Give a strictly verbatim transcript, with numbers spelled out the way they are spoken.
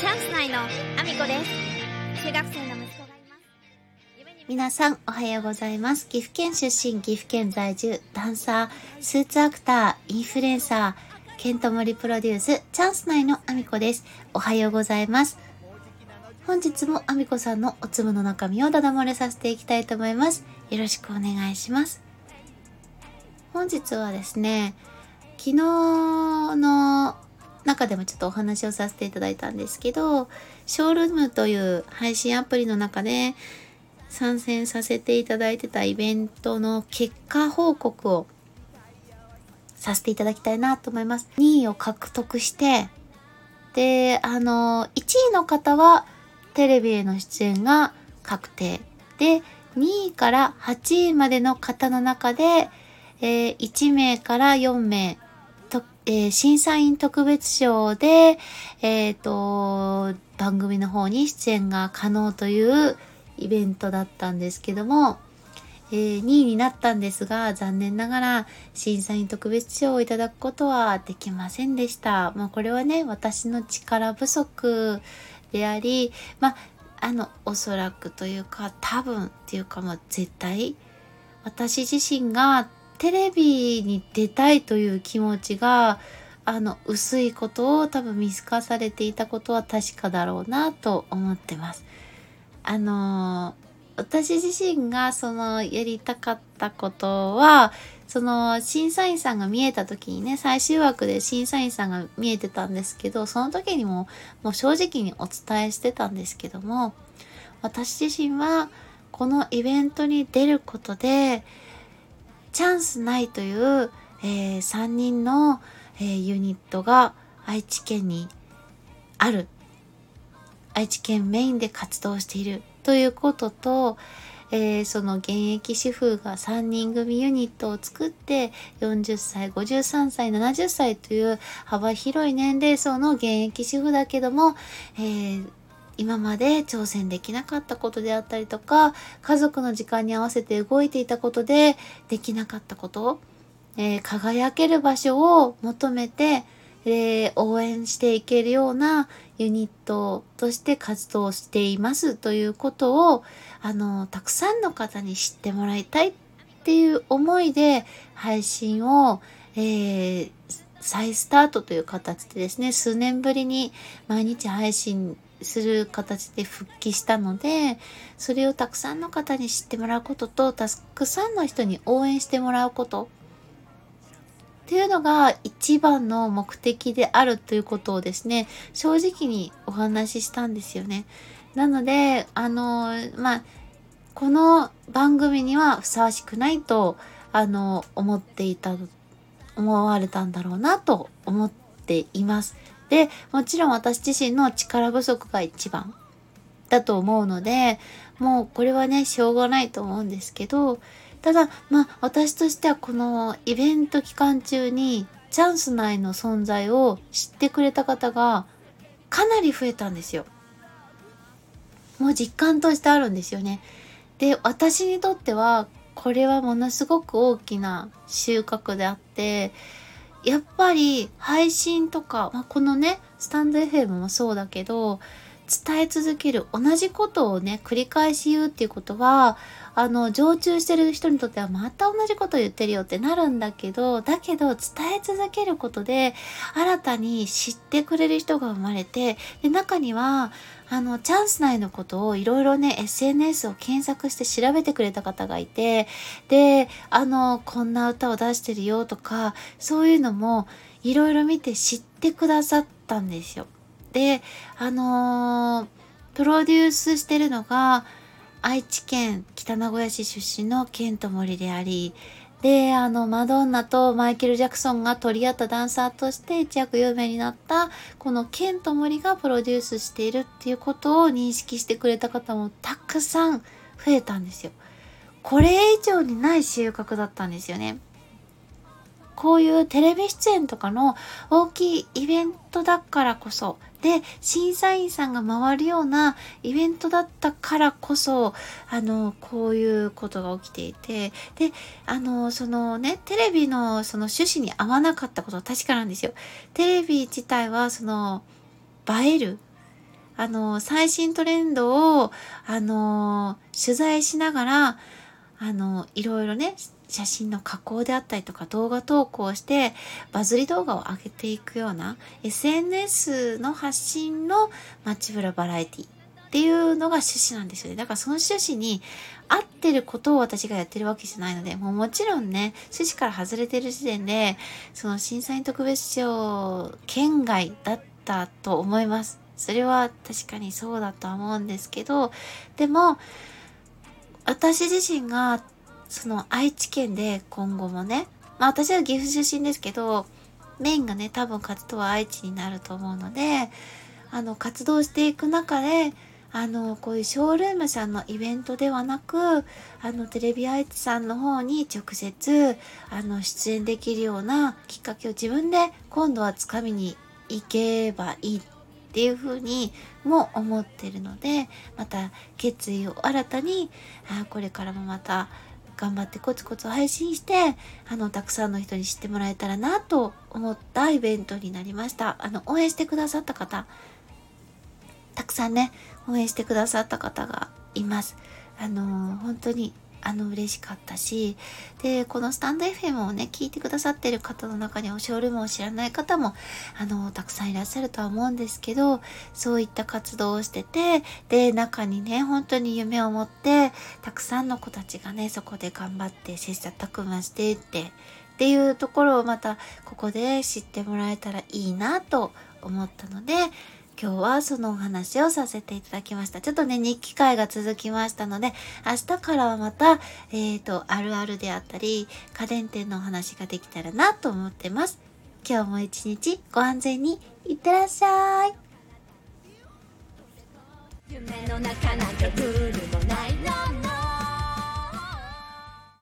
チャンス内のアミコです。中学生の息子がいます。 皆さんおはようございます。岐阜県出身、岐阜県在住、ダンサー、スーツアクター、インフルエンサー、ケントモリプロデュース、チャンス内のアミコです。おはようございます。本日もアミコさんのおつむの中身をダダ漏れさせていきたいと思います。よろしくお願いします。本日はですね、昨日の中でもちょっとお話をさせていただいたんですけど、ショールームという配信アプリの中で参戦させていただいてたイベントの結果報告をさせていただきたいなと思います。にいを獲得して、で、あの、いちいの方はテレビへの出演が確定。で、にいからはちいまでの方の中で、えー、いちめいからよんめい、とえー、審査員特別賞で、えっと、番組の方に出演が可能というイベントだったんですけども、えー、にいになったんですが、残念ながら審査員特別賞をいただくことはできませんでした。まあこれはね、私の力不足であり、まあ、あの、おそらくというか、多分っていうか、まあ絶対、私自身がテレビに出たいという気持ちが、あの、薄いことを多分見透かされていたことは確かだろうなと思ってます。あのー、私自身がそのやりたかったことは、その審査員さんが見えた時にね、最終枠で審査員さんが見えてたんですけど、その時にももう正直にお伝えしてたんですけども、私自身はこのイベントに出ることで、チャンスないという、えー、さんにんの、えー、ユニットが愛知県にある。愛知県メインで活動しているということと、えー、その現役主婦がさんにん組ユニットを作ってよんじゅっさい、ごじゅうさんさい、ななじゅっさいという幅広い年齢層の現役主婦だけども、えー、今まで挑戦できなかったことであったりとか、家族の時間に合わせて動いていたことでできなかったこと、えー、輝ける場所を求めて、えー、応援していけるようなユニットとして活動していますということを、あの、たくさんの方に知ってもらいたいっていう思いで配信を、えー、再スタートという形でですね、数年ぶりに毎日配信する形で復帰したので、それをたくさんの方に知ってもらうことと、たくさんの人に応援してもらうことっていうのが一番の目的であるということをですね、正直にお話ししたんですよね。なので、あの、まあ、この番組にはふさわしくないと、あの、思っていた、思われたんだろうなと思っています。で、もちろん私自身の力不足が一番だと思うので、もうこれはね、しょうがないと思うんですけど、ただ、まあ、私としてはこのイベント期間中にチャンス内の存在を知ってくれた方がかなり増えたんですよ。もう実感としてあるんですよね。で、私にとってはこれはものすごく大きな収穫であって、やっぱり配信とか、まあ、このね、スタンド エフエム もそうだけど、伝え続ける、同じことをね、繰り返し言うっていうことは、あの、常駐してる人にとってはまた同じことを言ってるよってなるんだけど、だけど伝え続けることで、新たに知ってくれる人が生まれて、で、中には、あの、チャンス内のことをいろいろね、エスエヌエス を検索して調べてくれた方がいて、で、あの、こんな歌を出してるよとか、そういうのもいろいろ見て知ってくださったんですよ。で、あのー、プロデュースしてるのが、愛知県北名古屋市出身のケントモリであり、で、あの、マドンナとマイケル・ジャクソンが取り合ったダンサーとして一躍有名になった、このケントモリがプロデュースしているっていうことを認識してくれた方もたくさん増えたんですよ。これ以上にない収穫だったんですよね。こういうテレビ出演とかの大きいイベントだからこそ、で、審査員さんが回るようなイベントだったからこそ、あの、こういうことが起きていて、で、あの、そのね、テレビのその趣旨に合わなかったことは確かなんですよ。テレビ自体はその、映える。 あの、最新トレンドを、あの、取材しながら、あの、いろいろね、写真の加工であったりとか動画投稿してバズり動画を上げていくような エスエヌエス の発信の街ブラバラエティっていうのが趣旨なんですよね。だからその趣旨に合ってることを私がやってるわけじゃないので、もうもちろんね、趣旨から外れてる時点で、その審査員特別賞圏外だったと思います。それは確かにそうだとは思うんですけど、でも、私自身がその愛知県で今後もね、まあ私は岐阜出身ですけど、メインがね、多分活動は愛知になると思うので、あの、活動していく中で、あの、こういうショールームさんのイベントではなく、あの、テレビ愛知さんの方に直接、あの、出演できるようなきっかけを自分で今度はつかみに行けばいいっていう風にも思ってるので、また決意を新たに、あ、これからもまた頑張ってコツコツ配信して、あの、たくさんの人に知ってもらえたらなと思ったイベントになりました。あの、応援してくださった方、たくさんね、応援してくださった方がいます。あの、本当に、あの、嬉しかったし、で、このスタンド エフエム をね、聞いてくださってる方の中には、ショールームを知らない方も、あの、たくさんいらっしゃるとは思うんですけど、そういった活動をしてて、で、中にね、本当に夢を持って、たくさんの子たちがね、そこで頑張って、切磋琢磨していって、っていうところをまた、ここで知ってもらえたらいいなと思ったので、今日はそのお話をさせていただきました。ちょっとね、日記会が続きましたので、明日からはまた、えっと、あるあるであったり、家電店のお話ができたらなと思ってます。今日も一日ご安全にいってらっしゃい。 夢の中なんてルールもないの